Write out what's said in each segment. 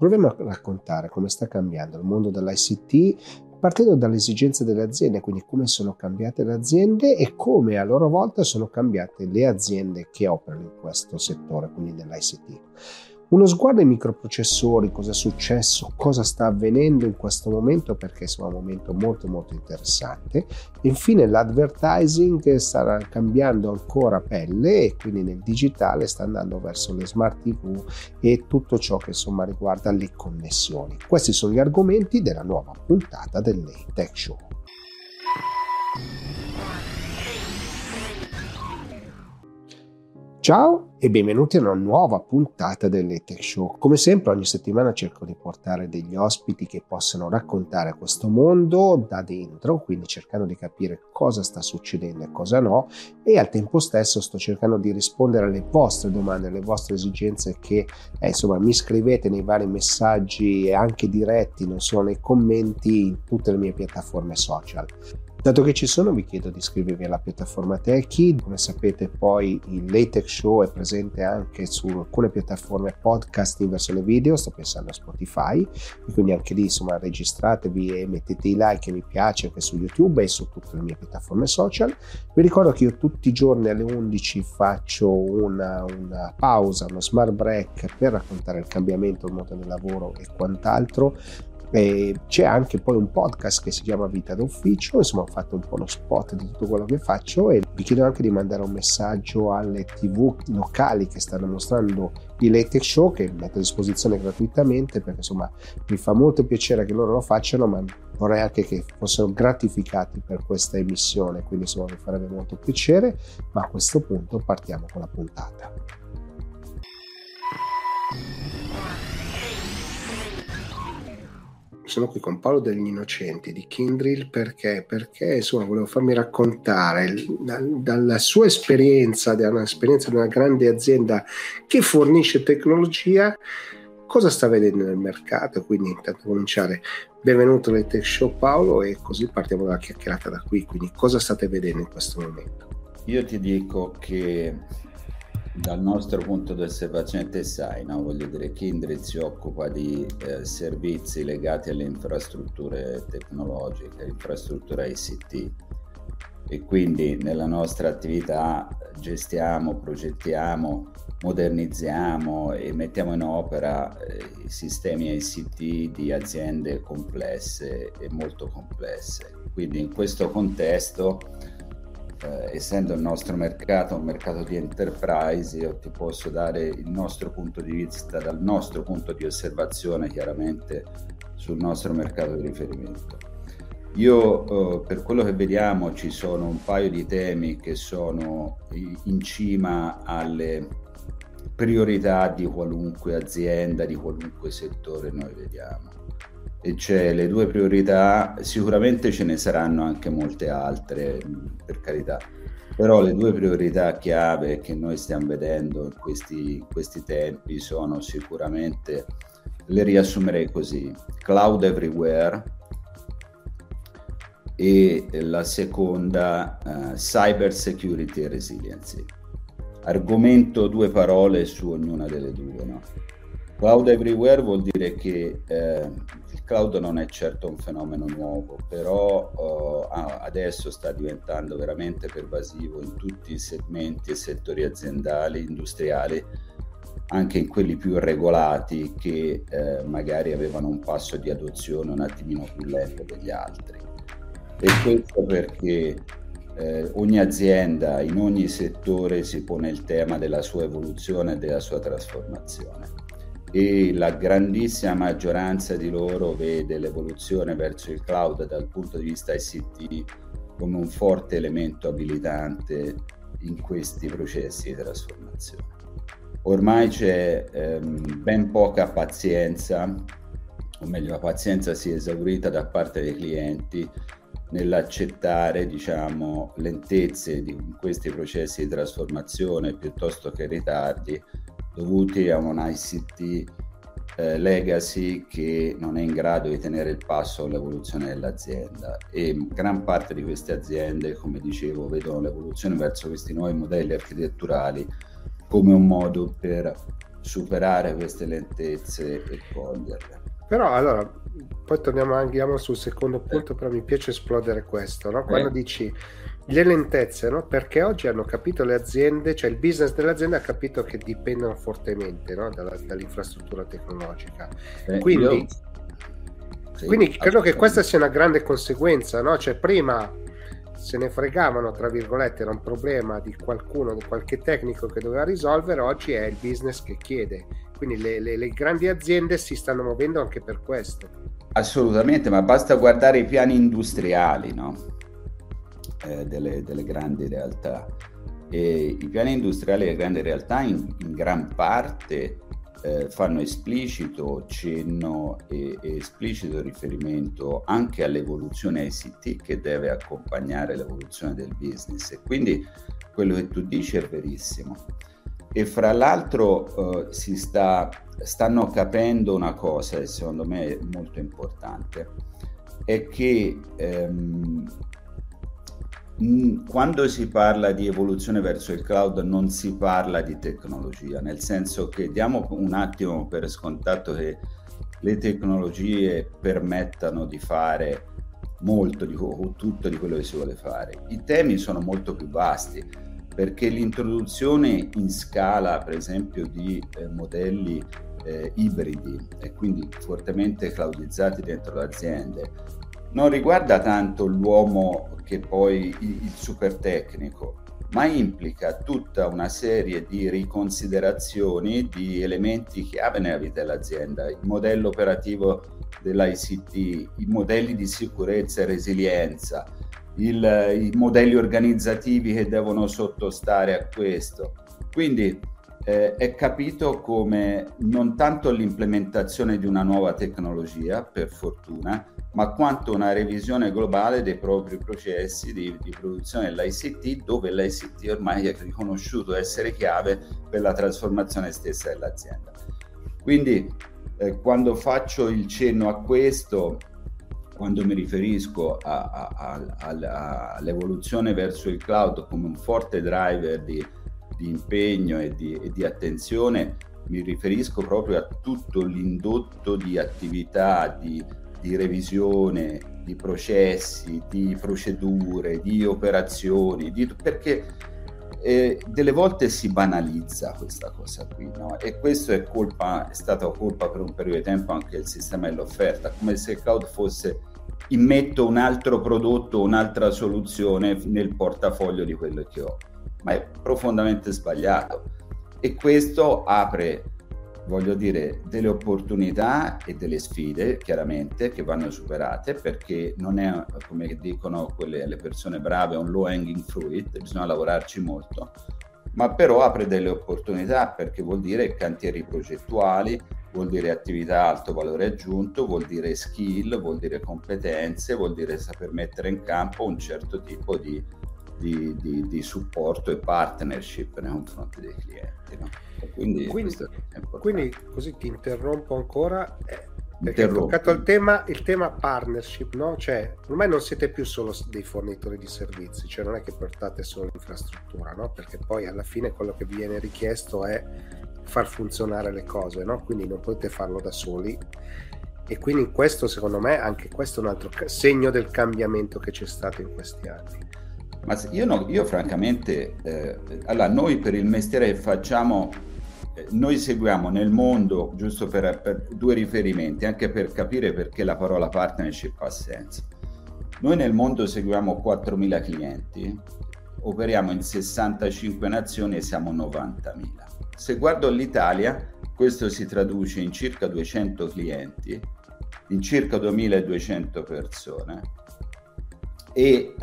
Proviamo a raccontare come sta cambiando il mondo dell'ICT partendo dalle esigenze delle aziende, quindi come sono cambiate le aziende e come a loro volta sono cambiate le aziende che operano in questo settore, quindi nell'ICT. Uno sguardo ai microprocessori, cosa è successo, cosa sta avvenendo in questo momento, perché è un momento molto molto interessante. Infine l'advertising sta cambiando ancora pelle e quindi nel digitale sta andando verso le smart TV e tutto ciò che insomma riguarda le connessioni. Questi sono gli argomenti della nuova puntata del Late Tech Show. Ciao e benvenuti a una nuova puntata del Late Tech Show. Come sempre ogni settimana cerco di portare degli ospiti che possano raccontare questo mondo da dentro, quindi cercando di capire cosa sta succedendo e cosa no, e al tempo stesso sto cercando di rispondere alle vostre domande, alle vostre esigenze che mi scrivete nei vari messaggi anche diretti, non solo nei commenti in tutte le mie piattaforme social. Dato che ci sono, vi chiedo di iscrivervi alla piattaforma Techie. Come sapete poi il Late Tech Show è presente anche su alcune piattaforme podcast in versione video, sto pensando a Spotify, e quindi anche lì registratevi e mettete i like e mi piace anche su YouTube e su tutte le mie piattaforme social. Vi ricordo che io tutti i giorni alle 11 faccio una pausa, uno smart break per raccontare il cambiamento del mondo del lavoro e quant'altro. E c'è anche poi un podcast che si chiama Vita d'Ufficio, ho fatto un po' lo spot di tutto quello che faccio e vi chiedo anche di mandare un messaggio alle TV locali che stanno mostrando i Late Tech Show, che metto a disposizione gratuitamente perché mi fa molto piacere che loro lo facciano, ma vorrei anche che fossero gratificati per questa emissione, quindi mi farebbe molto piacere. Ma a questo punto partiamo con la puntata. Sono qui con Paolo degli Innocenti di Kyndryl perché volevo farmi raccontare dalla sua esperienza, dall'esperienza di una grande azienda che fornisce tecnologia, cosa sta vedendo nel mercato. Quindi intanto cominciare, benvenuto nel Tech Show Paolo, e così partiamo dalla chiacchierata da qui. Quindi cosa state vedendo in questo momento? Io ti dico che dal nostro punto di osservazione, te sai, no? Voglio dire, Kyndryl si occupa di servizi legati alle infrastrutture tecnologiche, infrastrutture ICT, e quindi nella nostra attività gestiamo, progettiamo, modernizziamo e mettiamo in opera sistemi ICT di aziende complesse e molto complesse. Quindi in questo contesto, essendo il nostro mercato un mercato di enterprise, io ti posso dare il nostro punto di vista dal nostro punto di osservazione, chiaramente sul nostro mercato di riferimento. Io per quello che vediamo ci sono un paio di temi che sono in cima alle priorità di qualunque azienda, di qualunque settore noi vediamo. E c'è le due priorità, sicuramente ce ne saranno anche molte altre, per carità, però le due priorità chiave che noi stiamo vedendo in questi tempi sono sicuramente, le riassumerei così: cloud everywhere, e la seconda cyber security e resiliency. Argomento due parole su ognuna delle due, no? Cloud everywhere vuol dire che il cloud non è certo un fenomeno nuovo, però adesso sta diventando veramente pervasivo in tutti i segmenti e settori aziendali, industriali, anche in quelli più regolati che magari avevano un passo di adozione un attimino più lento degli altri. E questo perché ogni azienda in ogni settore si pone il tema della sua evoluzione e della sua trasformazione, e la grandissima maggioranza di loro vede l'evoluzione verso il cloud dal punto di vista ICT come un forte elemento abilitante in questi processi di trasformazione. Ormai c'è ben poca pazienza, o meglio la pazienza si è esaurita da parte dei clienti nell'accettare, lentezze di questi processi di trasformazione piuttosto che ritardi dovuti a un ICT legacy che non è in grado di tenere il passo all'evoluzione dell'azienda, e gran parte di queste aziende, come dicevo, vedono l'evoluzione verso questi nuovi modelli architetturali come un modo per superare queste lentezze e coglierle. Però allora, poi andiamo sul secondo punto, però mi piace esplodere questo, no? Quando dici le lentezze, no? Perché oggi hanno capito le aziende, cioè il business delle aziende ha capito che dipendono fortemente, no? dall'infrastruttura tecnologica. Quindi credo che questa sia una grande conseguenza, no? Cioè prima se ne fregavano, tra virgolette, era un problema di qualcuno, di qualche tecnico che doveva risolvere, oggi è il business che chiede. Quindi le grandi aziende si stanno muovendo anche per questo. Assolutamente, ma basta guardare i piani industriali, no? Delle grandi realtà. E i piani industriali delle grandi realtà in gran parte fanno esplicito cenno e esplicito riferimento anche all'evoluzione ICT che deve accompagnare l'evoluzione del business, e quindi quello che tu dici è verissimo. E fra l'altro stanno capendo una cosa che secondo me è molto importante, è che quando si parla di evoluzione verso il cloud non si parla di tecnologia, nel senso che diamo un attimo per scontato che le tecnologie permettano di fare molto o tutto di quello che si vuole fare. I temi sono molto più vasti, perché l'introduzione in scala, per esempio, di modelli ibridi e quindi fortemente cloudizzati dentro le aziende non riguarda tanto l'uomo che poi il super tecnico, ma implica tutta una serie di riconsiderazioni di elementi chiave nella vita dell'azienda: il modello operativo dell'ICT, i modelli di sicurezza e resilienza, i modelli organizzativi che devono sottostare a questo. Quindi è capito come non tanto l'implementazione di una nuova tecnologia, per fortuna, ma quanto una revisione globale dei propri processi di produzione dell'ICT, dove l'ICT ormai è riconosciuto essere chiave per la trasformazione stessa dell'azienda. Quindi quando faccio il cenno a questo, quando mi riferisco all'evoluzione verso il cloud come un forte driver di impegno e di attenzione, mi riferisco proprio a tutto l'indotto di attività, di revisione, di processi, di procedure, di operazioni, perché delle volte si banalizza questa cosa qui, no? E questo è stata colpa per un periodo di tempo anche del sistema dell'offerta, come se il cloud fosse immetto un altro prodotto, un'altra soluzione nel portafoglio di quello che ho, ma è profondamente sbagliato, e questo apre, voglio dire, delle opportunità e delle sfide chiaramente che vanno superate, perché non è, come dicono le persone brave, un low hanging fruit, bisogna lavorarci molto, ma però apre delle opportunità, perché vuol dire cantieri progettuali, vuol dire attività alto valore aggiunto, vuol dire skill, vuol dire competenze, vuol dire saper mettere in campo un certo tipo di supporto e partnership nei confronti dei clienti, no? Quindi così ti interrompo ancora, perché hai toccato il tema partnership, no? Cioè ormai non siete più solo dei fornitori di servizi, cioè non è che portate solo l'infrastruttura, no? Perché poi alla fine quello che viene richiesto è far funzionare le cose, no? Quindi non potete farlo da soli, e quindi questo, secondo me, anche questo è un altro segno del cambiamento che c'è stato in questi anni. Ma io francamente, allora noi per il mestiere che facciamo, noi seguiamo nel mondo, giusto per due riferimenti, anche per capire perché la parola partnership ha senso. Noi nel mondo seguiamo 4.000 clienti, operiamo in 65 nazioni e siamo 90.000. Se guardo l'Italia, questo si traduce in circa 200 clienti, in circa 2.200 persone, e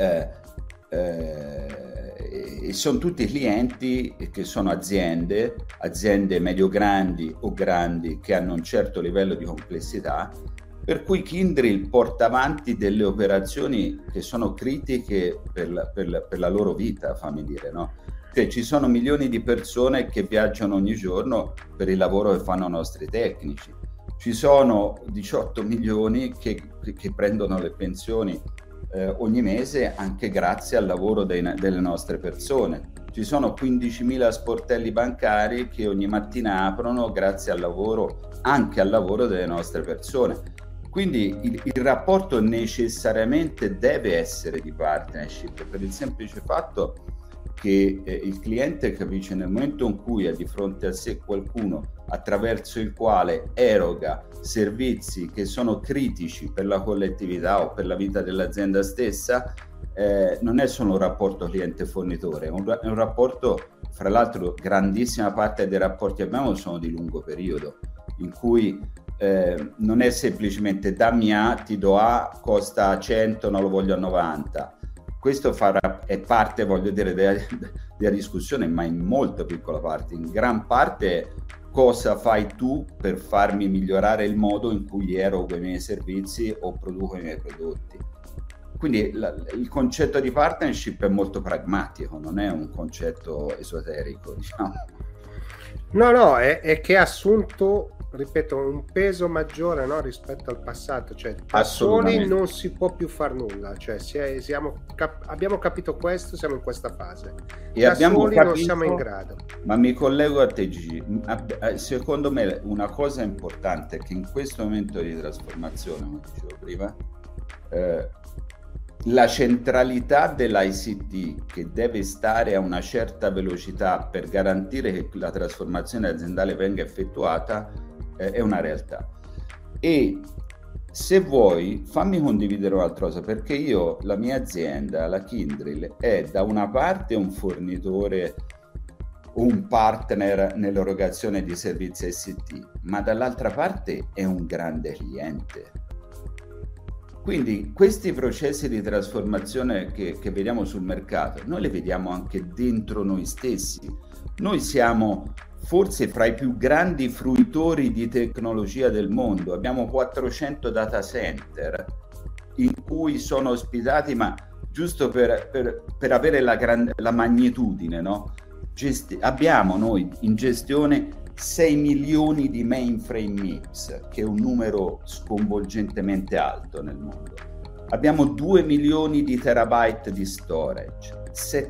sono tutti clienti che sono aziende medio-grandi o grandi che hanno un certo livello di complessità, per cui Kyndryl porta avanti delle operazioni che sono critiche per la loro vita, fammi dire, no? Cioè, ci sono milioni di persone che viaggiano ogni giorno per il lavoro che fanno i nostri tecnici, ci sono 18 milioni che prendono le pensioni ogni mese anche grazie al lavoro delle nostre persone, ci sono 15.000 sportelli bancari che ogni mattina aprono grazie al lavoro, anche al lavoro delle nostre persone. Quindi il rapporto necessariamente deve essere di partnership, per il semplice fatto che il cliente capisce nel momento in cui ha di fronte a sé qualcuno attraverso il quale eroga servizi che sono critici per la collettività o per la vita dell'azienda stessa, non è solo un rapporto cliente-fornitore, è un rapporto, fra l'altro grandissima parte dei rapporti che abbiamo sono di lungo periodo, in cui non è semplicemente dammi A, ti do A, costa 100, non lo voglio a 90. Questo è parte, voglio dire, della discussione, ma in molto piccola parte. In gran parte cosa fai tu per farmi migliorare il modo in cui erogo i miei servizi o produco i miei prodotti. Quindi il concetto di partnership è molto pragmatico, non è un concetto esoterico, diciamo. No, è che ha assunto, ripeto, un peso maggiore, no, rispetto al passato, cioè da soli non si può più far nulla, cioè abbiamo capito questo, siamo in questa fase e da soli non siamo in grado. Ma mi collego a te, Gigi. Secondo me una cosa importante è che in questo momento di trasformazione, come dicevo prima, la centralità dell'ICT, che deve stare a una certa velocità per garantire che la trasformazione aziendale venga effettuata, è una realtà. E se vuoi, fammi condividere un'altra cosa, perché la mia azienda, la Kyndryl, è da una parte un fornitore, un partner nell'erogazione di servizi ICT, ma dall'altra parte è un grande cliente. Quindi questi processi di trasformazione che vediamo sul mercato, noi li vediamo anche dentro noi stessi. Noi siamo forse fra i più grandi fruitori di tecnologia del mondo. Abbiamo 400 data center in cui sono ospitati, ma giusto per avere la magnitudine, no? Abbiamo noi in gestione 6 milioni di mainframe MIPS, che è un numero sconvolgentemente alto nel mondo. Abbiamo 2 milioni di terabyte di storage,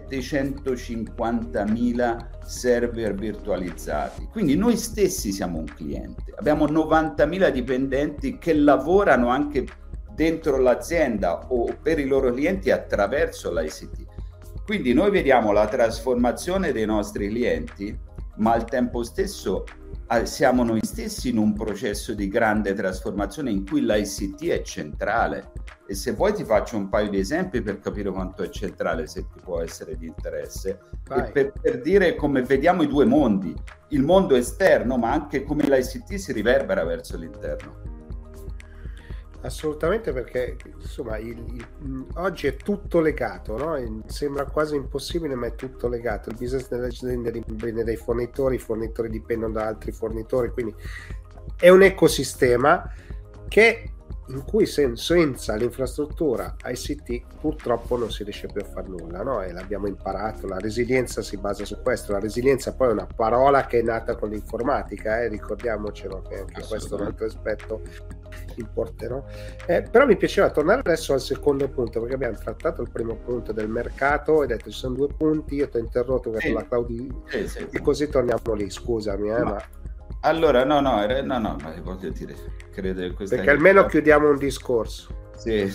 750.000 server virtualizzati. Quindi noi stessi siamo un cliente. Abbiamo 90.000 dipendenti che lavorano anche dentro l'azienda o per i loro clienti attraverso l'ICT. Quindi noi vediamo la trasformazione dei nostri clienti, ma al tempo stesso siamo noi stessi in un processo di grande trasformazione in cui l'ICT è centrale. E se vuoi ti faccio un paio di esempi per capire quanto è centrale, se ti può essere di interesse, e per dire come vediamo i due mondi, il mondo esterno, ma anche come l'ICT si riverbera verso l'interno. Assolutamente, perché insomma oggi è tutto legato, no? Sembra quasi impossibile, ma è tutto legato. Il business delle aziende dipende dai fornitori, i fornitori dipendono da altri fornitori, quindi è un ecosistema in cui senza l'infrastruttura ICT purtroppo non si riesce più a far nulla, no? E l'abbiamo imparato, la resilienza si basa su questo. La resilienza poi è una parola che è nata con l'informatica, ricordiamocelo, che anche questo è un altro aspetto importante, no? Però mi piaceva tornare adesso al secondo punto, perché abbiamo trattato il primo punto del mercato, hai detto ci sono due punti, io ti ho interrotto per la cloud e così torniamo lì, scusami, ma... Allora, no, ma voglio dire, credo che questa perché almeno chiudiamo un discorso. Sì.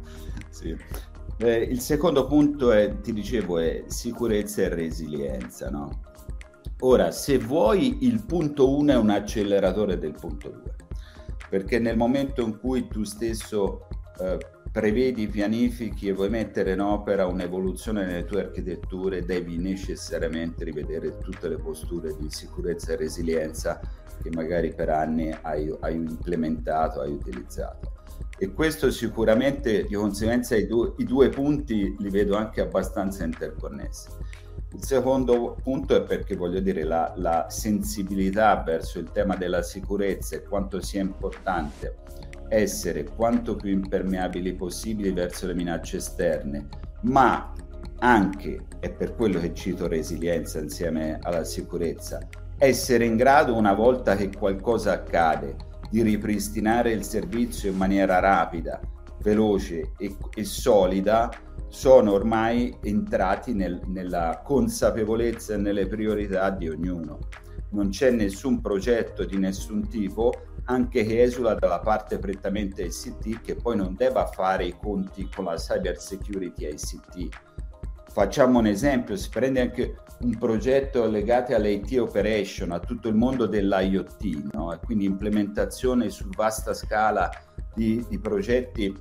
Il secondo punto ti dicevo, è sicurezza e resilienza, no? Ora, se vuoi, il punto 1 è un acceleratore del punto 2, perché nel momento in cui tu stesso prevedi, pianifichi e vuoi mettere in opera un'evoluzione nelle tue architetture, devi necessariamente rivedere tutte le posture di sicurezza e resilienza che magari per anni hai implementato, hai utilizzato. E questo sicuramente, di conseguenza, i due punti li vedo anche abbastanza interconnessi. Il secondo punto è perché voglio dire la sensibilità verso il tema della sicurezza e quanto sia importante essere quanto più impermeabili possibili verso le minacce esterne, ma anche, è per quello che cito resilienza insieme alla sicurezza, essere in grado, una volta che qualcosa accade, di ripristinare il servizio in maniera rapida, veloce e solida, sono ormai entrati nella consapevolezza e nelle priorità di ognuno. Non c'è nessun progetto di nessun tipo, anche che esula dalla parte prettamente ICT, che poi non debba fare i conti con la cyber security ICT. Facciamo un esempio: si prende anche un progetto legato all'IT operation, a tutto il mondo dell'IoT, no? E quindi implementazione su vasta scala di progetti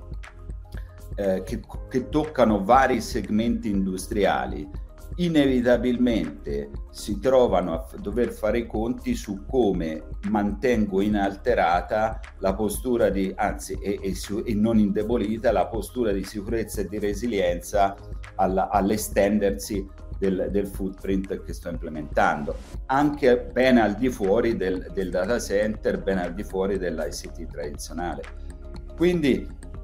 che toccano vari segmenti industriali. Inevitabilmente si trovano a dover fare i conti su come mantengo inalterata la postura e non indebolita la postura di sicurezza e di resilienza all'estendersi del footprint che sto implementando, anche ben al di fuori del data center, ben al di fuori dell'ICT tradizionale. Quindi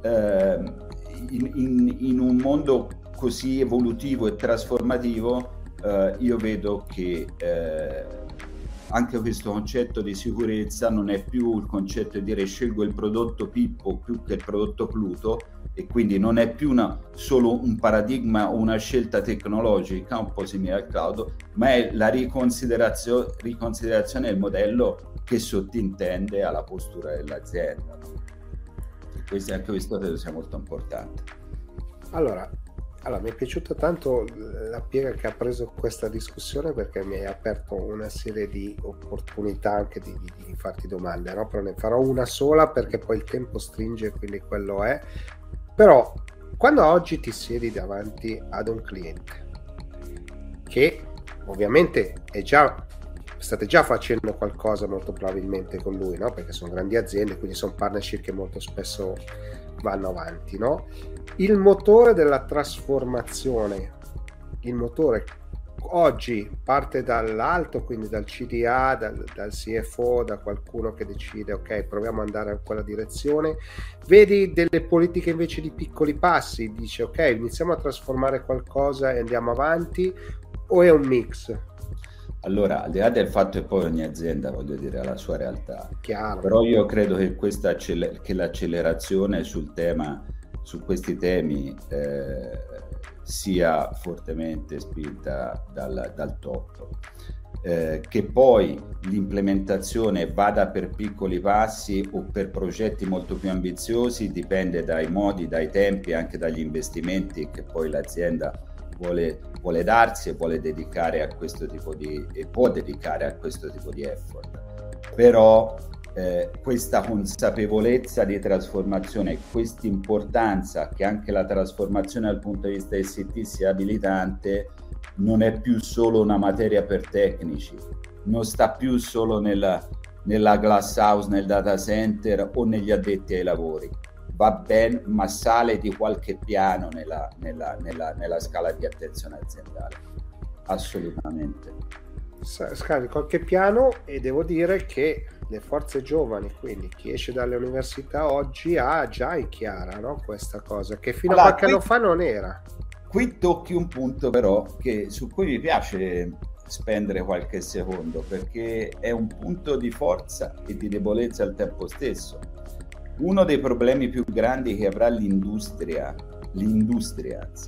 in un mondo così evolutivo e trasformativo, io vedo che anche questo concetto di sicurezza non è più il concetto di dire scelgo il prodotto Pippo più che il prodotto Pluto, e quindi non è più solo un paradigma o una scelta tecnologica un po' simile al cloud, ma è la riconsiderazione del modello che sottintende alla postura dell'azienda. Anche questo credo sia molto importante. Allora, mi è piaciuta tanto la piega che ha preso questa discussione, perché mi hai aperto una serie di opportunità anche di farti domande, no? Però ne farò una sola perché poi il tempo stringe, quindi quello è. Però quando oggi ti siedi davanti ad un cliente che ovviamente state già facendo qualcosa molto probabilmente con lui, no? Perché sono grandi aziende, quindi sono partnership che molto spesso vanno avanti, no? Il motore della trasformazione, il motore oggi parte dall'alto, quindi dal CDA, dal CFO, da qualcuno che decide ok, proviamo ad andare in quella direzione. Vedi delle politiche invece di piccoli passi, dice ok, iniziamo a trasformare qualcosa e andiamo avanti, o è un mix? Allora, al di là del fatto che poi ogni azienda, voglio dire, ha la sua realtà, chiaro, però io credo che che l'accelerazione su questi temi sia fortemente spinta dal top. Che poi l'implementazione vada per piccoli passi o per progetti molto più ambiziosi dipende dai modi, dai tempi, anche dagli investimenti che poi l'azienda vuole darsi e vuole dedicare a questo tipo e può dedicare a questo tipo di effort. Però questa consapevolezza di trasformazione, questa importanza che anche la trasformazione dal punto di vista ICT sia abilitante, non è più solo una materia per tecnici, non sta più solo nella glass house, nel data center o negli addetti ai lavori. Va ben, ma sale di qualche piano nella scala di attenzione aziendale, assolutamente. Scala di qualche piano, e devo dire che le forze giovani, quindi chi esce dalle università oggi ha già in chiara, no? Questa cosa che fino a qualche anno fa non era. Qui tocchi un punto però su cui mi piace spendere qualche secondo, perché è un punto di forza e di debolezza al tempo stesso. Uno dei problemi più grandi che avrà l'industria anzi,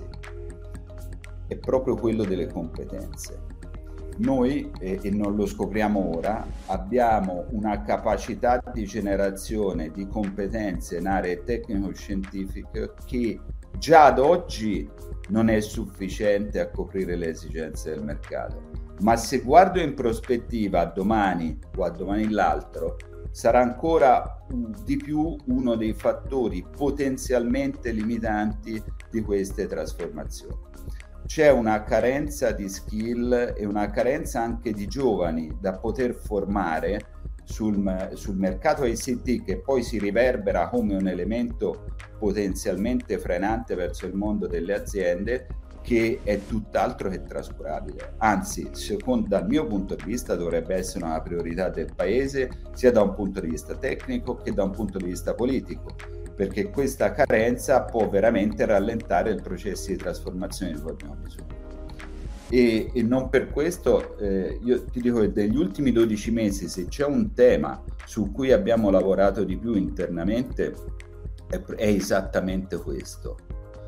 è proprio quello delle competenze. Noi, e non lo scopriamo ora, abbiamo una capacità di generazione di competenze in aree tecnico-scientifiche che già ad oggi non è sufficiente a coprire le esigenze del mercato. Ma se guardo in prospettiva a domani o a domani l'altro, sarà ancora di più uno dei fattori potenzialmente limitanti di queste trasformazioni. C'è una carenza di skill e una carenza anche di giovani da poter formare sul mercato ICT, che poi si riverbera come un elemento potenzialmente frenante verso il mondo delle aziende, che è tutt'altro che trascurabile. Anzi, dal mio punto di vista dovrebbe essere una priorità del Paese, sia da un punto di vista tecnico che da un punto di vista politico, perché questa carenza può veramente rallentare il processo di trasformazione di cui abbiamo bisogno. E non per questo, io ti dico che negli ultimi 12 mesi, se c'è un tema su cui abbiamo lavorato di più internamente, è esattamente questo.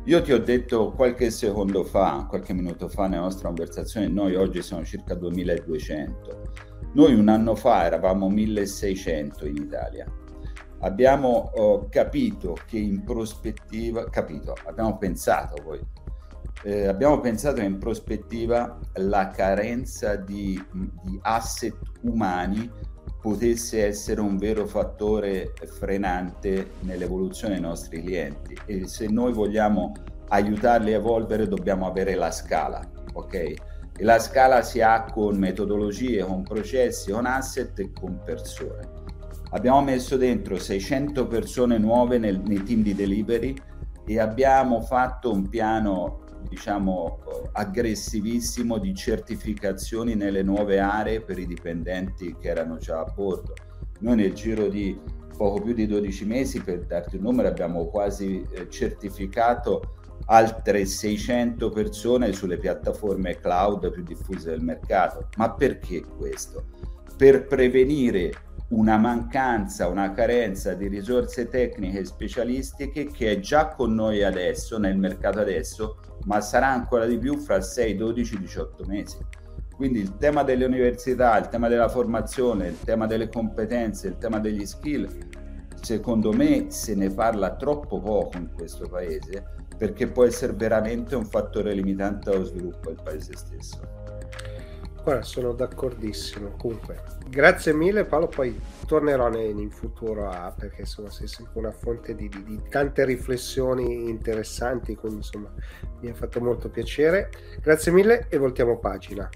Io ti ho detto qualche minuto fa nella nostra conversazione, noi oggi siamo circa 2200. Noi un anno fa eravamo 1600 in Italia. Abbiamo capito che in prospettiva, abbiamo pensato che in prospettiva la carenza di asset umani potesse essere un vero fattore frenante nell'evoluzione dei nostri clienti, e se noi vogliamo aiutarli a evolvere dobbiamo avere la scala, ok? E la scala si ha con metodologie, con processi, con asset e con persone. Abbiamo messo dentro 600 persone nuove nei team di delivery e abbiamo fatto un piano, diciamo, aggressivissimo di certificazioni nelle nuove aree per i dipendenti che erano già a bordo. Noi nel giro di poco più di 12 mesi, per darti un numero, abbiamo quasi certificato altre 600 persone sulle piattaforme cloud più diffuse del mercato. Ma perché questo? Per prevenire una mancanza, una carenza di risorse tecniche e specialistiche che è già con noi adesso, nel mercato adesso, ma sarà ancora di più fra 6, 12, 18 mesi. Quindi il tema delle università, il tema della formazione, il tema delle competenze, il tema degli skill, secondo me se ne parla troppo poco in questo paese, perché può essere veramente un fattore limitante allo sviluppo del paese stesso. Guarda, sono d'accordissimo. Comunque, grazie mille Paolo, poi tornerò in futuro perché insomma sei sempre una fonte di tante riflessioni interessanti, quindi insomma mi ha fatto molto piacere. Grazie mille e voltiamo pagina.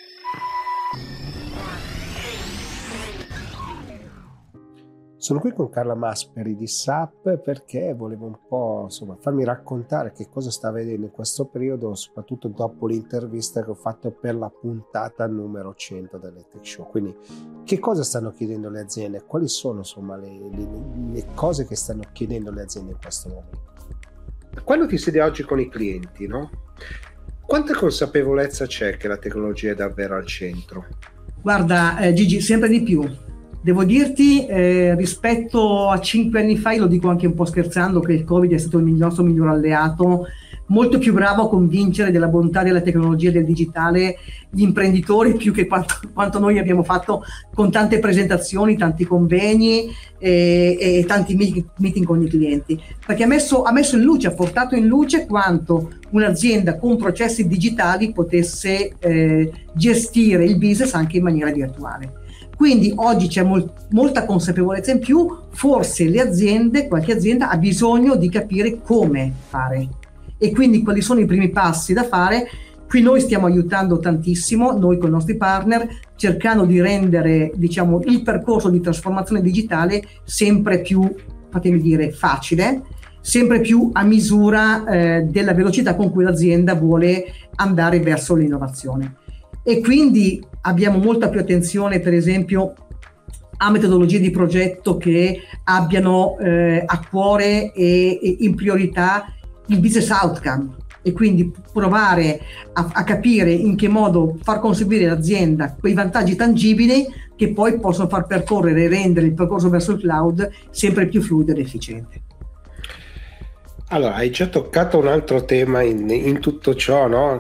Sono qui con Carla Masperi di SAP perché volevo un po' farmi raccontare che cosa sta vedendo in questo periodo, soprattutto dopo l'intervista che ho fatto per la puntata numero 100 delle Tech Show. Quindi che cosa stanno chiedendo le aziende? Quali sono le cose che stanno chiedendo le aziende in questo momento? Quando ti siedi oggi con i clienti, no? Quanta consapevolezza c'è che la tecnologia è davvero al centro? Guarda Gigi, sempre di più. Devo dirti, rispetto a 5 anni fa, io lo dico anche un po' scherzando, che il Covid è stato il nostro miglior alleato, molto più bravo a convincere della bontà della tecnologia e del digitale gli imprenditori più che quanto noi abbiamo fatto con tante presentazioni, tanti convegni e tanti meeting con i clienti, perché ha messo in luce, ha portato in luce quanto un'azienda con processi digitali potesse gestire il business anche in maniera virtuale. Quindi oggi c'è molta consapevolezza in più, forse qualche azienda ha bisogno di capire come fare e quindi quali sono i primi passi da fare. Qui noi stiamo aiutando tantissimo, noi con i nostri partner, cercando di rendere, diciamo, il percorso di trasformazione digitale sempre più, fatemi dire, facile, sempre più a misura della velocità con cui l'azienda vuole andare verso l'innovazione. E quindi abbiamo molta più attenzione, per esempio, a metodologie di progetto che abbiano a cuore e in priorità il business outcome, e quindi provare a capire in che modo far conseguire all'azienda quei vantaggi tangibili che poi possono far percorrere e rendere il percorso verso il cloud sempre più fluido ed efficiente. Allora, hai già toccato un altro tema in tutto ciò, no?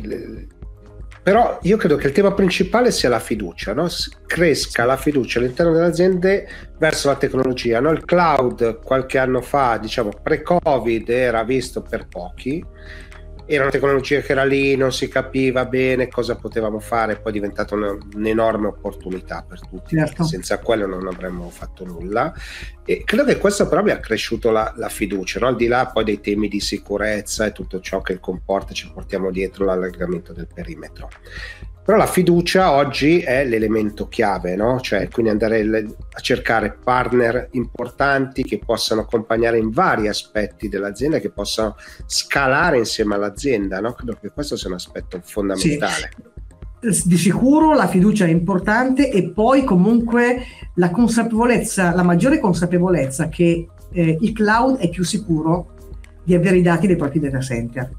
Però io credo che il tema principale sia la fiducia, no? Cresca la fiducia all'interno delle aziende verso la tecnologia, no? Il cloud qualche anno fa, diciamo pre-Covid, era visto per pochi, era una tecnologia che era lì, non si capiva bene cosa potevamo fare, poi è diventata un'enorme opportunità per tutti, certo. Senza quello non avremmo fatto nulla, e credo che questo però abbia accresciuto la fiducia, no? Al di là poi dei temi di sicurezza e tutto ciò che comporta, ci portiamo dietro l'allargamento del perimetro. Però la fiducia oggi è l'elemento chiave, no? Cioè, quindi andare a cercare partner importanti che possano accompagnare in vari aspetti dell'azienda, che possano scalare insieme all'azienda, no? Credo che questo sia un aspetto fondamentale. Sì. Di sicuro la fiducia è importante, e poi comunque la maggiore consapevolezza che il cloud è più sicuro di avere i dati dei propri data center.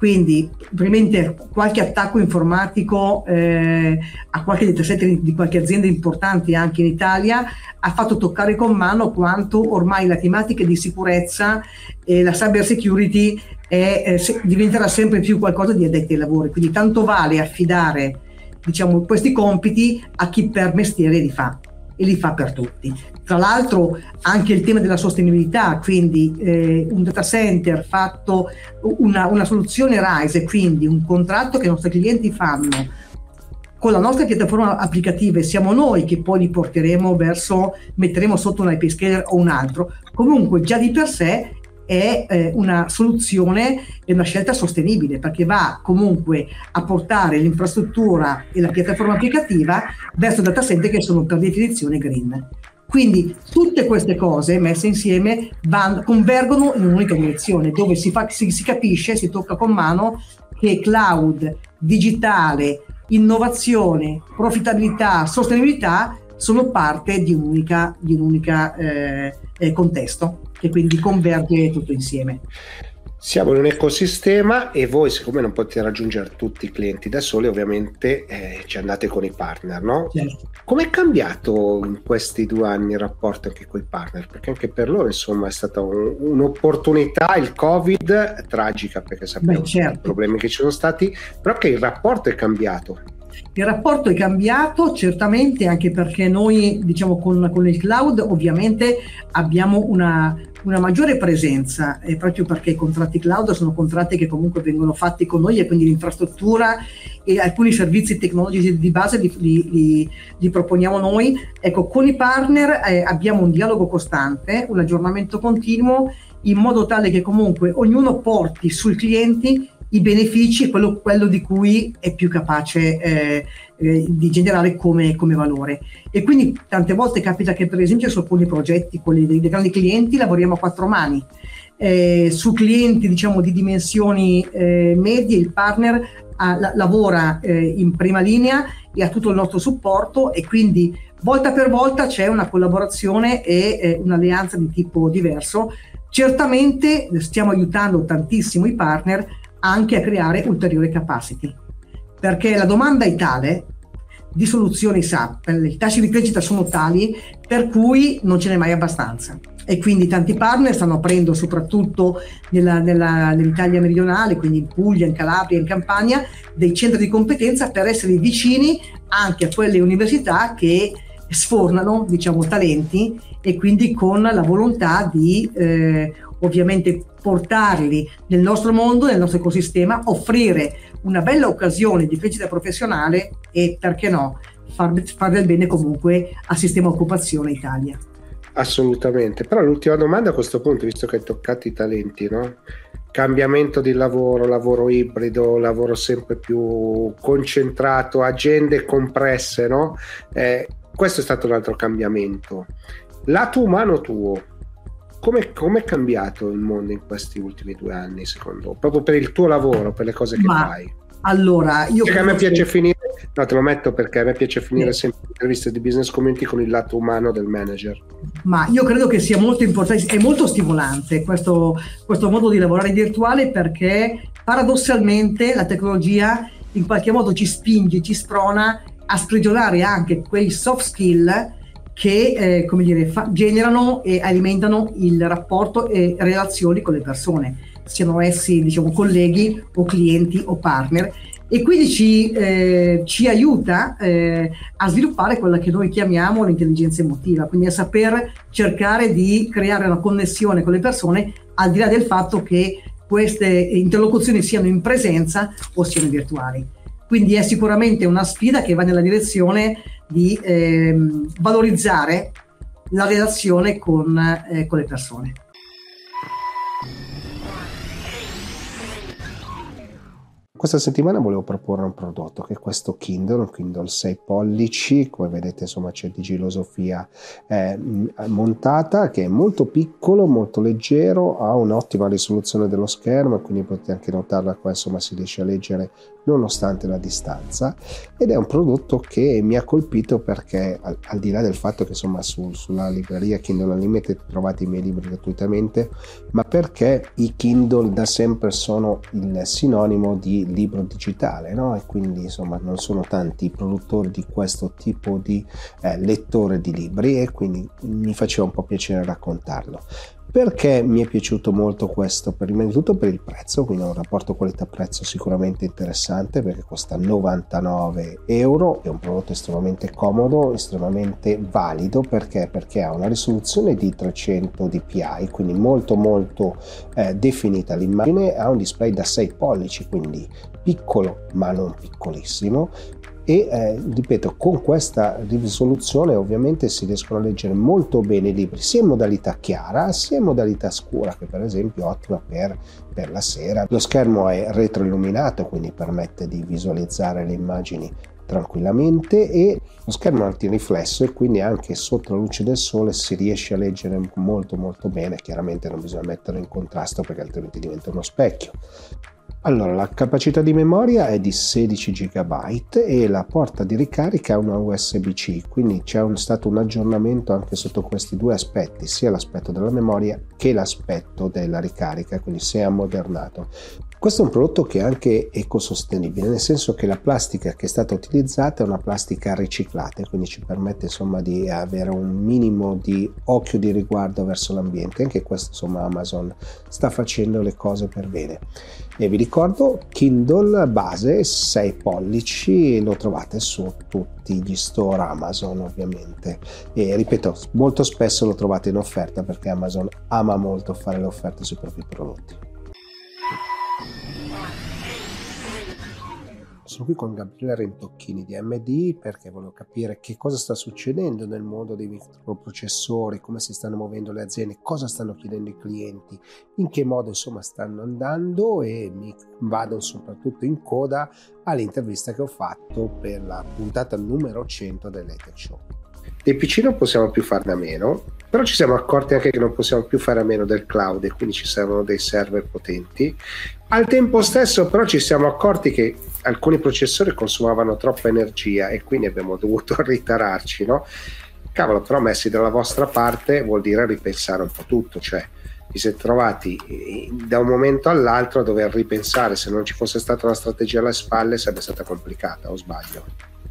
Quindi probabilmente qualche attacco informatico a qualche data center di qualche azienda importante anche in Italia ha fatto toccare con mano quanto ormai la tematica di sicurezza e la cyber security diventerà sempre più qualcosa di addetti ai lavori, quindi tanto vale affidare, diciamo, questi compiti a chi per mestiere li fa, e li fa per tutti. Tra l'altro anche il tema della sostenibilità, quindi un data center fatto, una soluzione RISE, quindi un contratto che i nostri clienti fanno con la nostra piattaforma applicativa, e siamo noi che poi li porteremo metteremo sotto un hyperscaler o un altro, comunque già di per sé è una soluzione e una scelta sostenibile, perché va comunque a portare l'infrastruttura e la piattaforma applicativa verso data center che sono per definizione green. Quindi tutte queste cose messe insieme convergono in un'unica direzione, dove si capisce, si tocca con mano che cloud, digitale, innovazione, profittabilità, sostenibilità sono parte di un'unica contesto, che quindi converge tutto insieme. Siamo in un ecosistema e voi, siccome non potete raggiungere tutti i clienti da soli, ovviamente ci andate con i partner, no? Certo. Come è cambiato in questi 2 anni il rapporto anche con i partner? Perché anche per loro, insomma, è stata un'opportunità, il Covid, tragica, perché sappiamo i problemi che ci sono stati, però che il rapporto è cambiato. Il rapporto è cambiato certamente, anche perché noi, diciamo, con il cloud ovviamente abbiamo una maggiore presenza, proprio perché i contratti cloud sono contratti che comunque vengono fatti con noi, e quindi l'infrastruttura e alcuni servizi tecnologici di base li proponiamo noi. Ecco, con i partner abbiamo un dialogo costante, un aggiornamento continuo, in modo tale che comunque ognuno porti sui clienti i benefici, quello di cui è più capace di generare come valore. E quindi tante volte capita che, per esempio, su alcuni progetti, quelli dei grandi clienti, lavoriamo a 4 mani. Su clienti, diciamo, di dimensioni medie, il partner lavora in prima linea e ha tutto il nostro supporto, e quindi volta per volta c'è una collaborazione e un'alleanza di tipo diverso. Certamente stiamo aiutando tantissimo i partner anche a creare ulteriore capacity, perché la domanda è tale di soluzioni SAP, i tassi di crescita sono tali per cui non ce n'è mai abbastanza, e quindi tanti partner stanno aprendo, soprattutto nell'Italia meridionale, quindi in Puglia, in Calabria, in Campania, dei centri di competenza per essere vicini anche a quelle università che sfornano, diciamo, talenti, e quindi con la volontà di ovviamente portarli nel nostro mondo, nel nostro ecosistema, offrire una bella occasione di crescita professionale e, perché no, far del bene comunque al sistema occupazione Italia. Assolutamente. Però l'ultima domanda a questo punto, visto che hai toccato i talenti, no? Cambiamento di lavoro ibrido, lavoro sempre più concentrato, agende compresse, no? Questo è stato un altro cambiamento. Lato umano tuo, come è cambiato il mondo in questi ultimi 2 anni, secondo, proprio per il tuo lavoro, per le cose che fai? Allora, io perché a me piace finire, no, te lo metto, perché a me piace finire sempre le interviste di business community con il lato umano del manager. Ma io credo che sia molto importante, è molto stimolante questo modo di lavorare virtuale, perché paradossalmente la tecnologia in qualche modo ci spinge, ci sprona a sprigionare anche quei soft skill che generano e alimentano il rapporto e relazioni con le persone, siano essi, diciamo, colleghi o clienti o partner, e quindi ci aiuta a sviluppare quella che noi chiamiamo l'intelligenza emotiva, quindi a saper cercare di creare una connessione con le persone, al di là del fatto che queste interlocuzioni siano in presenza o siano virtuali. Quindi è sicuramente una sfida che va nella direzione di valorizzare la relazione con le persone. Questa settimana volevo proporre un prodotto che è questo Kindle, un Kindle 6 pollici, come vedete insomma c'è Digilosofia montata, che è molto piccolo, molto leggero, ha un'ottima risoluzione dello schermo, quindi potete anche notarla qua, insomma si riesce a leggere nonostante la distanza, ed è un prodotto che mi ha colpito perché al di là del fatto che insomma sulla libreria Kindle Unlimited trovate i miei libri gratuitamente, ma perché i Kindle da sempre sono il sinonimo di libro digitale, no? E quindi insomma non sono tanti i produttori di questo tipo di lettore di libri, e quindi mi faceva un po' piacere raccontarlo. Perché mi è piaciuto molto questo? Prima di tutto per il prezzo, quindi un rapporto qualità-prezzo sicuramente interessante, perché costa 99 euro, è un prodotto estremamente comodo, estremamente valido, perché ha una risoluzione di 300 dpi, quindi molto definita l'immagine, ha un display da 6 pollici, quindi piccolo ma non piccolissimo, e ripeto, con questa risoluzione ovviamente si riescono a leggere molto bene i libri, sia in modalità chiara sia in modalità scura, che per esempio è ottima per la sera. Lo schermo è retroilluminato, quindi permette di visualizzare le immagini tranquillamente, e lo schermo è antiriflesso, e quindi anche sotto la luce del sole si riesce a leggere molto bene. Chiaramente non bisogna metterlo in contrasto perché altrimenti diventa uno specchio. Allora, la capacità di memoria è di 16 GB e la porta di ricarica è una USB-C, quindi c'è stato un aggiornamento anche sotto questi due aspetti, sia l'aspetto della memoria che l'aspetto della ricarica, quindi si è ammodernato. Questo è un prodotto che è anche ecosostenibile, nel senso che la plastica che è stata utilizzata è una plastica riciclata, quindi ci permette insomma di avere un minimo di occhio di riguardo verso l'ambiente. Anche questo insomma Amazon sta facendo le cose per bene. E vi ricordo, Kindle base 6 pollici, lo trovate su tutti gli store Amazon ovviamente, e ripeto, molto spesso lo trovate in offerta perché Amazon ama molto fare le offerte sui propri prodotti. Sono qui con Gabriele Rentocchini di AMD perché volevo capire che cosa sta succedendo nel mondo dei microprocessori, come si stanno muovendo le aziende, cosa stanno chiedendo i clienti, in che modo insomma stanno andando, e mi vado soprattutto in coda all'intervista che ho fatto per la puntata numero 100 dell'Etech Show. Dei PC non possiamo più farne a meno, però ci siamo accorti anche che non possiamo più fare a meno del cloud, e quindi ci servono dei server potenti. Al tempo stesso però ci siamo accorti che alcuni processori consumavano troppa energia e quindi abbiamo dovuto ritararci, no? Cavolo, però messi dalla vostra parte vuol dire ripensare un po' tutto, cioè vi siete trovati da un momento all'altro a dover ripensare. Se non ci fosse stata una strategia alle spalle sarebbe stata complicata, o sbaglio?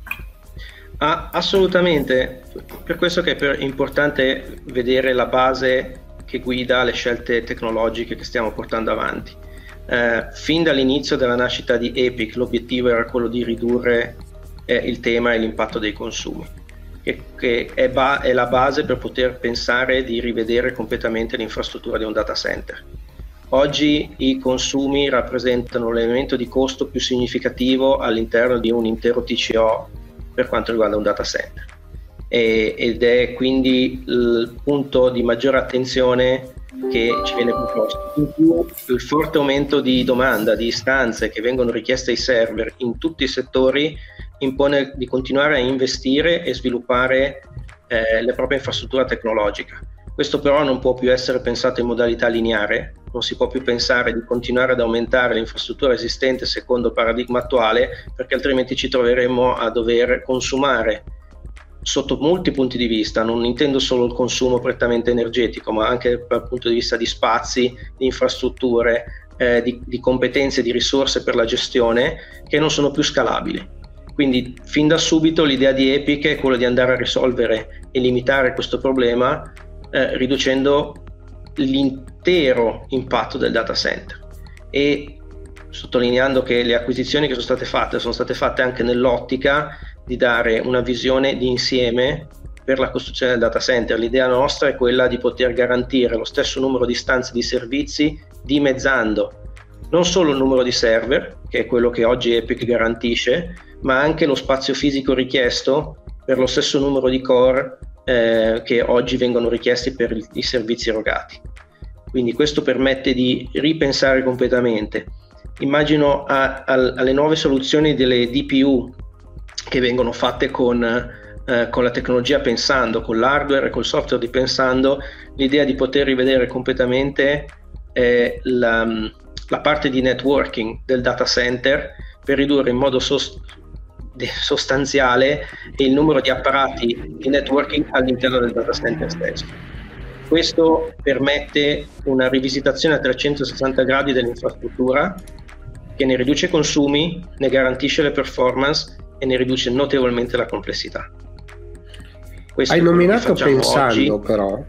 Assolutamente, per questo che è importante vedere la base che guida le scelte tecnologiche che stiamo portando avanti. Fin dall'inizio della nascita di Epic l'obiettivo era quello di ridurre il tema e l'impatto dei consumi, che è la base per poter pensare di rivedere completamente l'infrastruttura di un data center. Oggi i consumi rappresentano l'elemento di costo più significativo all'interno di un intero TCO per quanto riguarda un data center, ed è quindi il punto di maggiore attenzione che ci viene proposto. In più, il forte aumento di domanda, di istanze che vengono richieste ai server in tutti i settori impone di continuare a investire e sviluppare la propria infrastruttura tecnologica. Questo però non può più essere pensato in modalità lineare, non si può più pensare di continuare ad aumentare l'infrastruttura esistente secondo il paradigma attuale, perché altrimenti ci troveremo a dover consumare sotto molti punti di vista. Non intendo solo il consumo prettamente energetico, ma anche dal punto di vista di spazi, di infrastrutture, di competenze, di risorse per la gestione, che non sono più scalabili. Quindi fin da subito l'idea di Epic è quella di andare a risolvere e limitare questo problema, riducendo l'intero impatto del data center, e sottolineando che le acquisizioni che sono state fatte anche nell'ottica di dare una visione di insieme per la costruzione del data center. L'idea nostra è quella di poter garantire lo stesso numero di istanze di servizi, dimezzando non solo il numero di server, che è quello che oggi Epic garantisce, ma anche lo spazio fisico richiesto per lo stesso numero di core che oggi vengono richiesti per i servizi erogati. Quindi questo permette di ripensare completamente immagino alle nuove soluzioni delle DPU che vengono fatte con la tecnologia pensando, con l'hardware e col software di pensando, l'idea di poter rivedere completamente la parte di networking del data center per ridurre in modo sostanziale il numero di apparati di networking all'interno del data center stesso. Questo permette una rivisitazione a 360 gradi dell'infrastruttura che ne riduce i consumi, ne garantisce le performance e ne riduce notevolmente la complessità. Questo Hai nominato pensando oggi. Però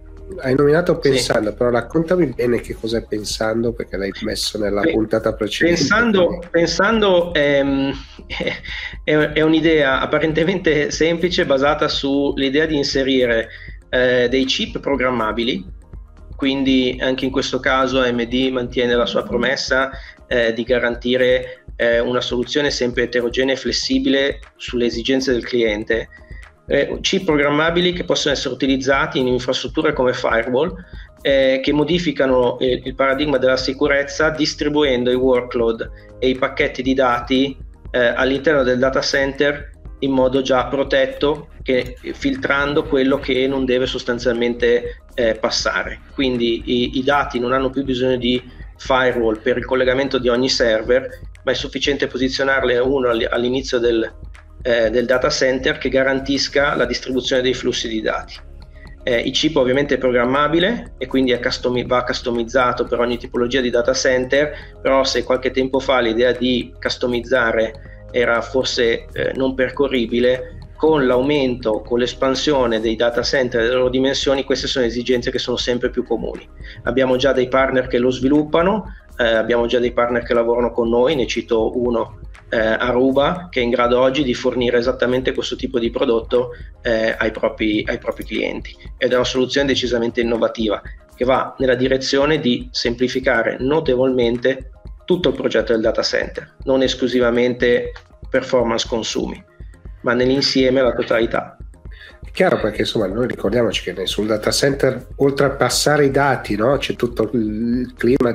raccontami bene che cos'è pensando, perché l'hai messo nella puntata precedente. Pensando è un'idea apparentemente semplice basata sull'idea di inserire dei chip programmabili, quindi anche in questo caso AMD mantiene la sua promessa di garantire una soluzione sempre eterogenea e flessibile sulle esigenze del cliente. Chip programmabili che possono essere utilizzati in infrastrutture come firewall, che modificano il paradigma della sicurezza distribuendo i workload e i pacchetti di dati all'interno del data center in modo già protetto, filtrando quello che non deve sostanzialmente passare. Quindi i dati non hanno più bisogno di firewall per il collegamento di ogni server, ma è sufficiente posizionarle uno all'inizio del data center che garantisca la distribuzione dei flussi di dati. Il chip ovviamente è programmabile e quindi va customizzato per ogni tipologia di data center, però se qualche tempo fa l'idea di customizzare era forse non percorribile, con l'aumento, con l'espansione dei data center e delle loro dimensioni, queste sono esigenze che sono sempre più comuni. Abbiamo già dei partner che lo sviluppano, abbiamo già dei partner che lavorano con noi, ne cito uno, Aruba, che è in grado oggi di fornire esattamente questo tipo di prodotto ai propri clienti, ed è una soluzione decisamente innovativa che va nella direzione di semplificare notevolmente tutto il progetto del data center, non esclusivamente performance consumi, ma nell'insieme la totalità. È chiaro, perché insomma noi ricordiamoci che sul data center, oltre a passare i dati, no, c'è tutto il clima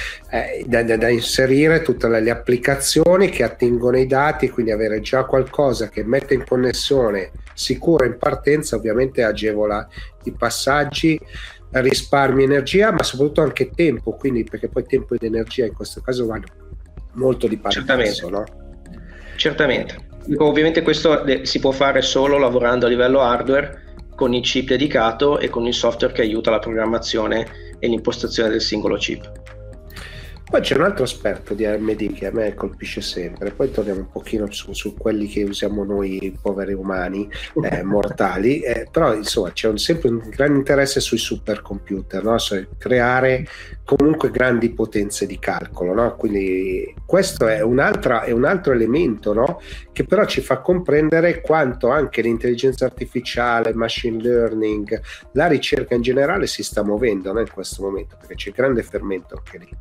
da inserire, tutte le applicazioni che attingono i dati, quindi avere già qualcosa che mette in connessione sicura in partenza ovviamente agevola i passaggi, risparmi energia, ma soprattutto anche tempo, quindi perché poi tempo ed energia in questo caso vanno molto di pari passo, no? Certamente. Ovviamente questo si può fare solo lavorando a livello hardware con il chip dedicato e con il software che aiuta la programmazione e l'impostazione del singolo chip. Poi c'è un altro aspetto di AMD che a me colpisce sempre, poi torniamo un pochino su quelli che usiamo noi poveri umani mortali, però insomma c'è sempre un grande interesse sui supercomputer, no? Cioè, creare comunque grandi potenze di calcolo, no? Quindi questo è un altro elemento, no? Che però ci fa comprendere quanto anche l'intelligenza artificiale, machine learning, la ricerca in generale si sta muovendo, no? In questo momento, perché c'è grande fermento anche lì.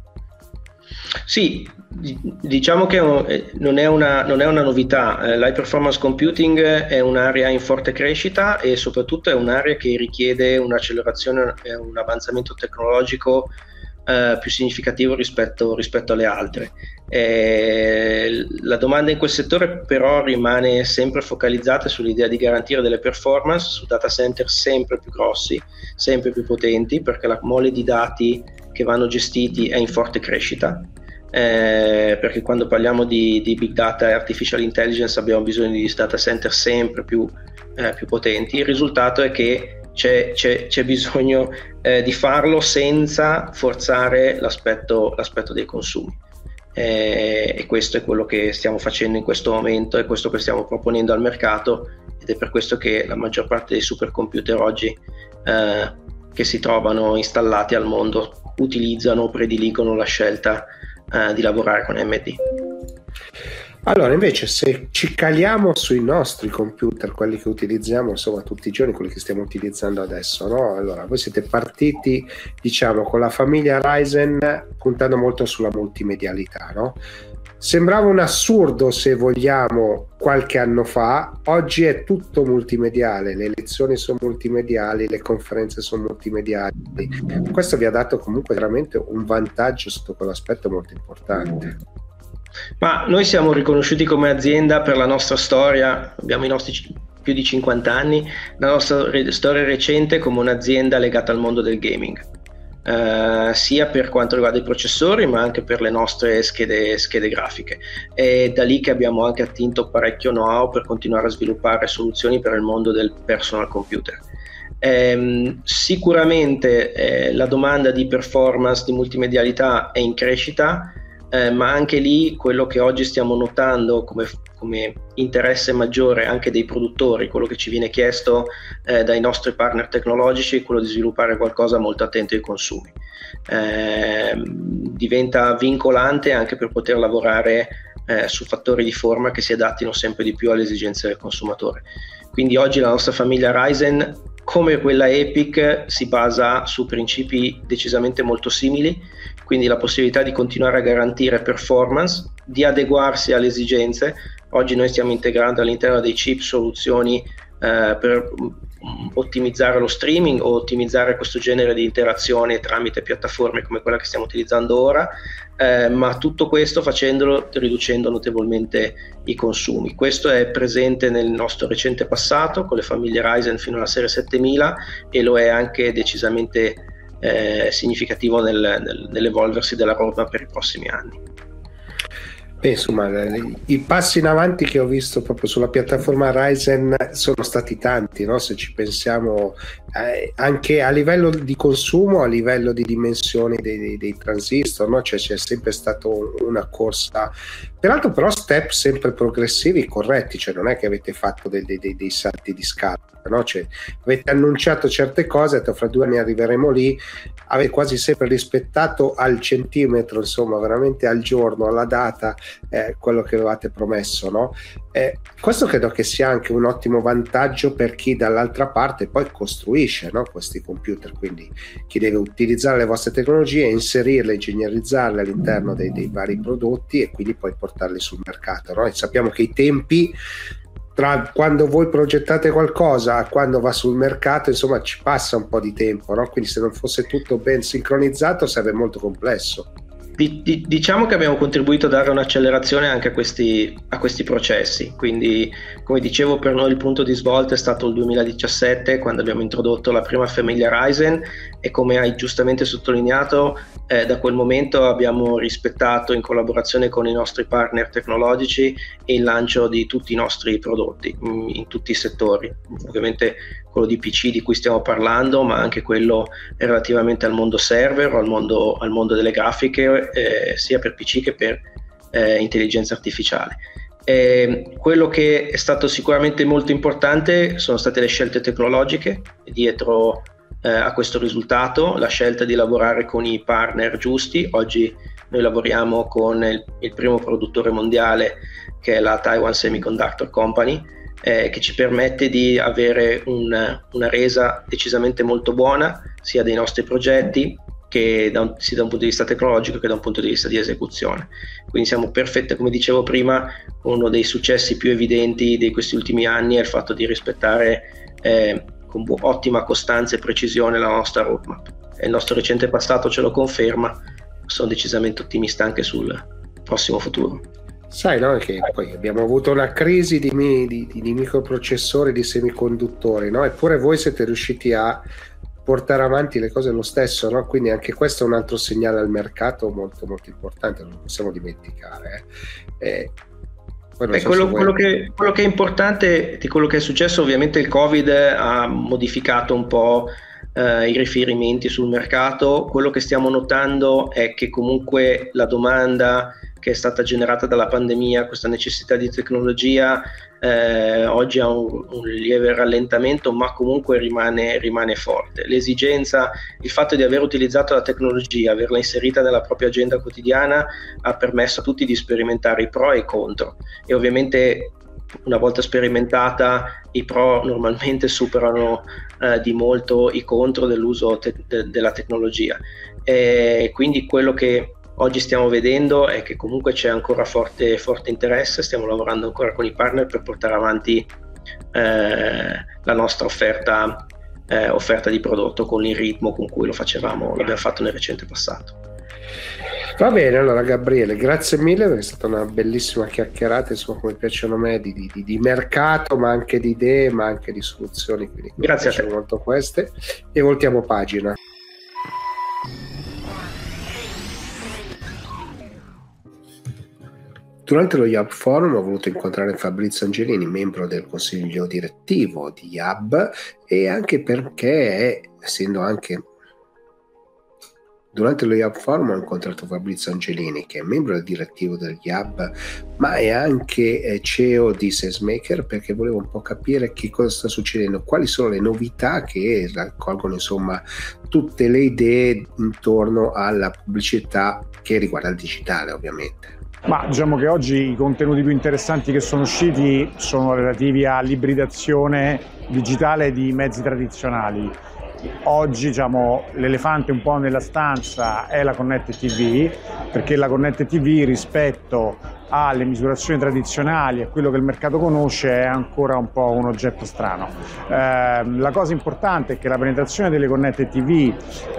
Sì, diciamo che non è una novità. L'high performance computing è un'area in forte crescita e soprattutto è un'area che richiede un'accelerazione e un avanzamento tecnologico più significativo rispetto alle altre. La domanda in quel settore però rimane sempre focalizzata sull'idea di garantire delle performance su data center sempre più grossi, sempre più potenti, perché la mole di dati che vanno gestiti è in forte crescita, perché quando parliamo di big data e artificial intelligence abbiamo bisogno di data center sempre più potenti. Il risultato è che c'è bisogno di farlo senza forzare l'aspetto dei consumi, e questo è quello che stiamo facendo in questo momento, è questo che stiamo proponendo al mercato, ed è per questo che la maggior parte dei supercomputer oggi che si trovano installati al mondo utilizzano o prediligono la scelta di lavorare con AMD. Allora, invece, se ci caliamo sui nostri computer, quelli che utilizziamo insomma tutti i giorni, quelli che stiamo utilizzando adesso, no? Allora, voi siete partiti, diciamo, con la famiglia Ryzen puntando molto sulla multimedialità, no? Sembrava un assurdo, se vogliamo, qualche anno fa. Oggi è tutto multimediale, le lezioni sono multimediali, le conferenze sono multimediali. Questo vi ha dato comunque veramente un vantaggio sotto quell'aspetto molto importante. Ma noi siamo riconosciuti come azienda per la nostra storia, abbiamo i nostri più di 50 anni, la nostra storia recente come un'azienda legata al mondo del gaming, sia per quanto riguarda i processori ma anche per le nostre schede grafiche. È da lì che abbiamo anche attinto parecchio know-how per continuare a sviluppare soluzioni per il mondo del personal computer. Sicuramente la domanda di performance, di multimedialità è in crescita, ma anche lì quello che oggi stiamo notando come interesse maggiore anche dei produttori, quello che ci viene chiesto dai nostri partner tecnologici, è quello di sviluppare qualcosa molto attento ai consumi. Diventa vincolante anche per poter lavorare su fattori di forma che si adattino sempre di più alle esigenze del consumatore. Quindi oggi la nostra famiglia Ryzen, come quella EPYC, si basa su principi decisamente molto simili, quindi la possibilità di continuare a garantire performance, di adeguarsi alle esigenze. Oggi noi stiamo integrando all'interno dei chip soluzioni per ottimizzare lo streaming o ottimizzare questo genere di interazione tramite piattaforme come quella che stiamo utilizzando ora, ma tutto questo facendolo riducendo notevolmente i consumi. Questo è presente nel nostro recente passato con le famiglie Ryzen fino alla serie 7000 e lo è anche decisamente significativo nell'evolversi della roadmap per i prossimi anni. Beh, insomma, i passi in avanti che ho visto proprio sulla piattaforma Ryzen sono stati tanti, no? Se ci pensiamo anche a livello di consumo, a livello di dimensioni dei transistor, no? Cioè c'è sempre stata una corsa, peraltro però step sempre progressivi, corretti, cioè non è che avete fatto dei salti di scala, no? Cioè, avete annunciato certe cose, fra 2 anni arriveremo lì, avete quasi sempre rispettato al centimetro, insomma veramente al giorno, alla data, quello che avevate promesso, no? Questo credo che sia anche un ottimo vantaggio per chi dall'altra parte poi costruisce, no, questi computer, quindi chi deve utilizzare le vostre tecnologie, inserirle, ingegnerizzarle all'interno dei vari prodotti e quindi poi portarli sul mercato, no? E sappiamo che i tempi tra quando voi progettate qualcosa e quando va sul mercato, insomma, ci passa un po' di tempo, no? Quindi se non fosse tutto ben sincronizzato sarebbe molto complesso. Diciamo che abbiamo contribuito a dare un'accelerazione anche a questi processi, quindi come dicevo per noi il punto di svolta è stato il 2017 quando abbiamo introdotto la prima famiglia Ryzen e come hai giustamente sottolineato da quel momento abbiamo rispettato in collaborazione con i nostri partner tecnologici il lancio di tutti i nostri prodotti in tutti i settori, ovviamente quello di PC di cui stiamo parlando, ma anche quello relativamente al mondo server o al mondo delle grafiche, sia per PC che per intelligenza artificiale. Quello che è stato sicuramente molto importante sono state le scelte tecnologiche dietro a questo risultato, la scelta di lavorare con i partner giusti. Oggi noi lavoriamo con il primo produttore mondiale che è la Taiwan Semiconductor Company, che ci permette di avere una resa decisamente molto buona sia dei nostri progetti che sia da un punto di vista tecnologico che da un punto di vista di esecuzione. Quindi siamo perfetti, come dicevo prima, uno dei successi più evidenti di questi ultimi anni è il fatto di rispettare con ottima costanza e precisione la nostra roadmap. E il nostro recente passato ce lo conferma, sono decisamente ottimista anche sul prossimo futuro. Sai, no, che poi abbiamo avuto una crisi di microprocessori, di semiconduttori, no? Eppure voi siete riusciti a portare avanti le cose lo stesso, no? Quindi anche questo è un altro segnale al mercato molto molto importante, non lo possiamo dimenticare. Quello che è importante di quello che è successo, ovviamente il Covid ha modificato un po' i riferimenti sul mercato. Quello che stiamo notando è che comunque la domanda che è stata generata dalla pandemia, questa necessità di tecnologia, oggi ha un lieve rallentamento, ma comunque rimane forte. L'esigenza, il fatto di aver utilizzato la tecnologia, averla inserita nella propria agenda quotidiana, ha permesso a tutti di sperimentare i pro e i contro, e ovviamente una volta sperimentata i pro normalmente superano di molto i contro dell'uso della tecnologia, e quindi quello che oggi stiamo vedendo è che comunque c'è ancora forte interesse, stiamo lavorando ancora con i partner per portare avanti la nostra offerta di prodotto con il ritmo con cui l'abbiamo fatto nel recente passato. Va bene, allora Gabriele, grazie mille, perché è stata una bellissima chiacchierata, insomma, come piacciono a me, di mercato, ma anche di idee, ma anche di soluzioni, quindi grazie a te molto queste, e voltiamo pagina. Durante lo Yab Forum ho voluto incontrare Fabrizio Angelini, membro del consiglio direttivo di Yab, e anche perché, essendo anche durante lo Yab Forum ho incontrato Fabrizio Angelini, che è membro del direttivo del Yab, ma è anche CEO di SalesMaker, perché volevo un po' capire che cosa sta succedendo, quali sono le novità che raccolgono, insomma, tutte le idee intorno alla pubblicità che riguarda il digitale, ovviamente. Ma diciamo che oggi i contenuti più interessanti che sono usciti sono relativi all'ibridazione digitale di mezzi tradizionali. Oggi, diciamo, l'elefante un po' nella stanza è la Connected TV, perché la Connected TV rispetto alle misurazioni tradizionali e quello che il mercato conosce è ancora un po' un oggetto strano. La cosa importante è che la penetrazione delle Connected TV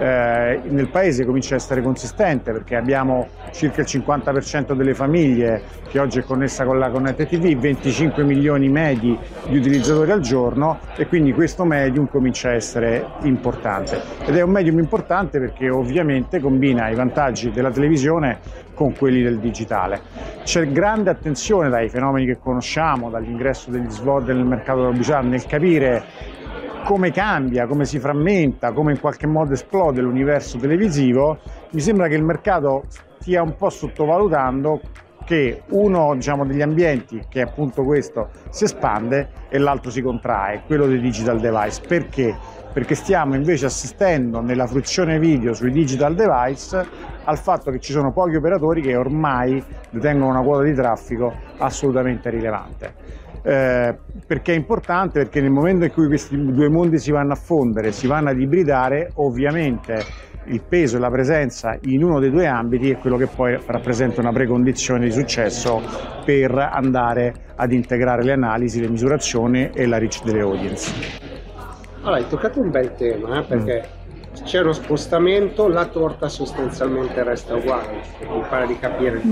nel paese comincia a essere consistente, perché abbiamo circa il 50% delle famiglie che oggi è connessa con la Connected TV, 25 milioni medi di utilizzatori al giorno, e quindi questo medium comincia a essere importante. Ed è un medium importante perché ovviamente combina i vantaggi della televisione con quelli del digitale. C'è grande attenzione dai fenomeni che conosciamo, dall'ingresso degli SVOD nel mercato della pubblicità, nel capire come cambia, come si frammenta, come in qualche modo esplode l'universo televisivo. Mi sembra che il mercato stia un po' sottovalutando che uno, diciamo, degli ambienti, che è appunto questo, si espande e l'altro si contrae, quello dei digital device. Perché? Perché stiamo invece assistendo nella fruizione video sui digital device al fatto che ci sono pochi operatori che ormai detengono una quota di traffico assolutamente rilevante. Perché è importante? Perché nel momento in cui questi due mondi si vanno a fondere, si vanno ad ibridare, ovviamente il peso e la presenza in uno dei due ambiti è quello che poi rappresenta una precondizione di successo per andare ad integrare le analisi, le misurazioni e la reach delle audience. Allora, hai toccato un bel tema, perché c'è uno spostamento, la torta sostanzialmente resta uguale, mi pare di capire.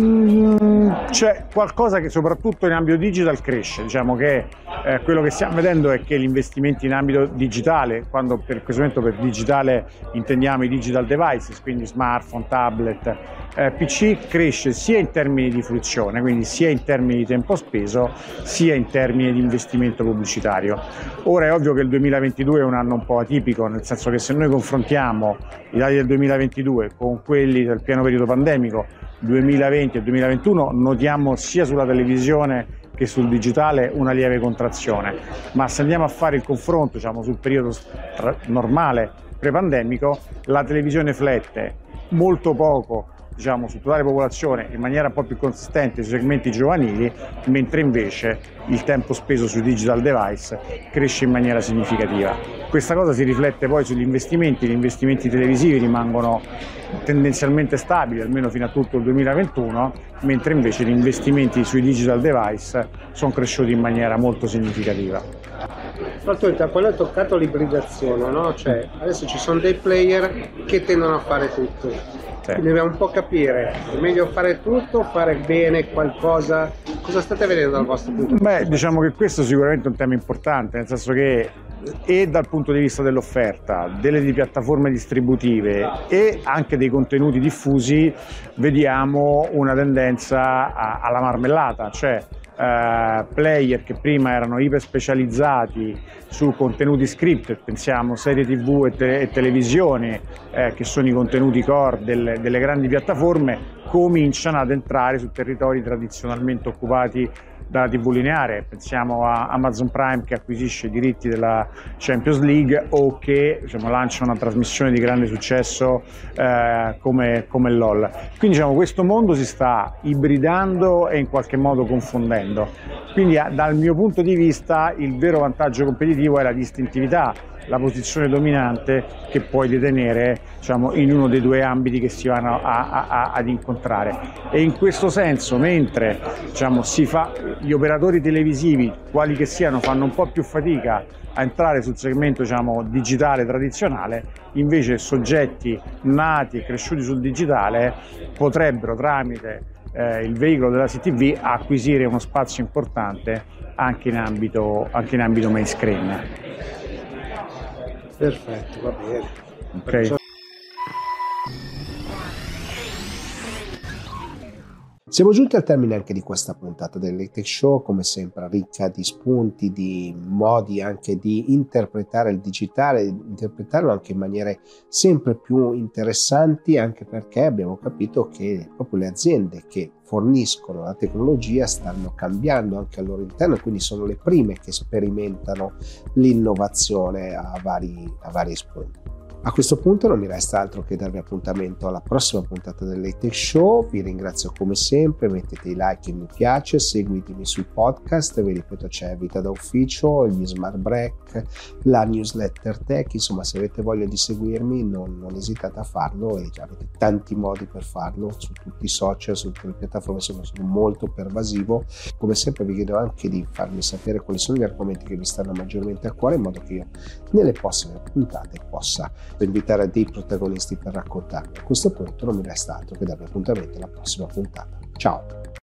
C'è qualcosa che soprattutto in ambito digital cresce, diciamo che quello che stiamo vedendo è che gli investimenti in ambito digitale, quando per questo momento per digitale intendiamo i digital devices, quindi smartphone, tablet, PC, cresce sia in termini di fruizione, quindi sia in termini di tempo speso, sia in termini di investimento pubblicitario. Ora è ovvio che il 2022 è un anno un po' atipico, nel senso che se noi confrontiamo i dati del 2022 con quelli del pieno periodo pandemico 2020 e 2021, notiamo sia sulla televisione che sul digitale una lieve contrazione, ma se andiamo a fare il confronto, diciamo, sul periodo normale pre-pandemico, la televisione flette molto poco, diciamo, su totale popolazione in maniera un po' più consistente sui segmenti giovanili, mentre invece il tempo speso sui digital device cresce in maniera significativa. Questa cosa si riflette poi sugli investimenti, gli investimenti televisivi rimangono tendenzialmente stabili, almeno fino a tutto il 2021, mentre invece gli investimenti sui digital device sono cresciuti in maniera molto significativa. Quando hai toccato l'ibridazione, no? Cioè, adesso ci sono dei player che tendono a fare tutto. Quindi dobbiamo un po' capire, è meglio fare tutto, fare bene qualcosa. Cosa state vedendo dal vostro punto di vista? Diciamo che questo è sicuramente un tema importante, nel senso che e dal punto di vista dell'offerta, delle piattaforme distributive e anche dei contenuti diffusi vediamo una tendenza alla marmellata, cioè player che prima erano iper specializzati su contenuti scripted, pensiamo serie tv e televisioni, che sono i contenuti core delle grandi piattaforme, cominciano ad entrare su territori tradizionalmente occupati dalla TV lineare. Pensiamo a Amazon Prime che acquisisce i diritti della Champions League o che, diciamo, lancia una trasmissione di grande successo come LOL. Quindi, diciamo, questo mondo si sta ibridando e in qualche modo confondendo. Quindi dal mio punto di vista il vero vantaggio competitivo è la distintività la posizione dominante che puoi detenere, diciamo, in uno dei due ambiti che si vanno ad incontrare. E in questo senso, mentre, diciamo, gli operatori televisivi, quali che siano, fanno un po' più fatica a entrare sul segmento, diciamo, digitale tradizionale, invece soggetti nati e cresciuti sul digitale potrebbero, tramite il veicolo della CTV, acquisire uno spazio importante anche in ambito mainstream. Perfetto, va bene. Okay. Siamo giunti al termine anche di questa puntata del Late Tech Show, come sempre ricca di spunti, di modi anche di interpretare il digitale, interpretarlo anche in maniere sempre più interessanti, anche perché abbiamo capito che proprio le aziende che forniscono la tecnologia stanno cambiando anche al loro interno, quindi sono le prime che sperimentano l'innovazione a vari esponenti. A questo punto non mi resta altro che darvi appuntamento alla prossima puntata del Late Tech Show. Vi ringrazio come sempre, mettete i like e mi piace, seguitemi sui podcast, vi ripeto c'è Vita da Ufficio, gli Smart Break, la newsletter tech, insomma se avete voglia di seguirmi non esitate a farlo e già avete tanti modi per farlo su tutti i social, su tutte le piattaforme, sono molto pervasivo. Come sempre vi chiedo anche di farmi sapere quali sono gli argomenti che vi stanno maggiormente a cuore in modo che io nelle prossime puntate possa invitare dei protagonisti per raccontarmi. A questo punto non mi resta altro che darvi appuntamento alla prossima puntata. Ciao!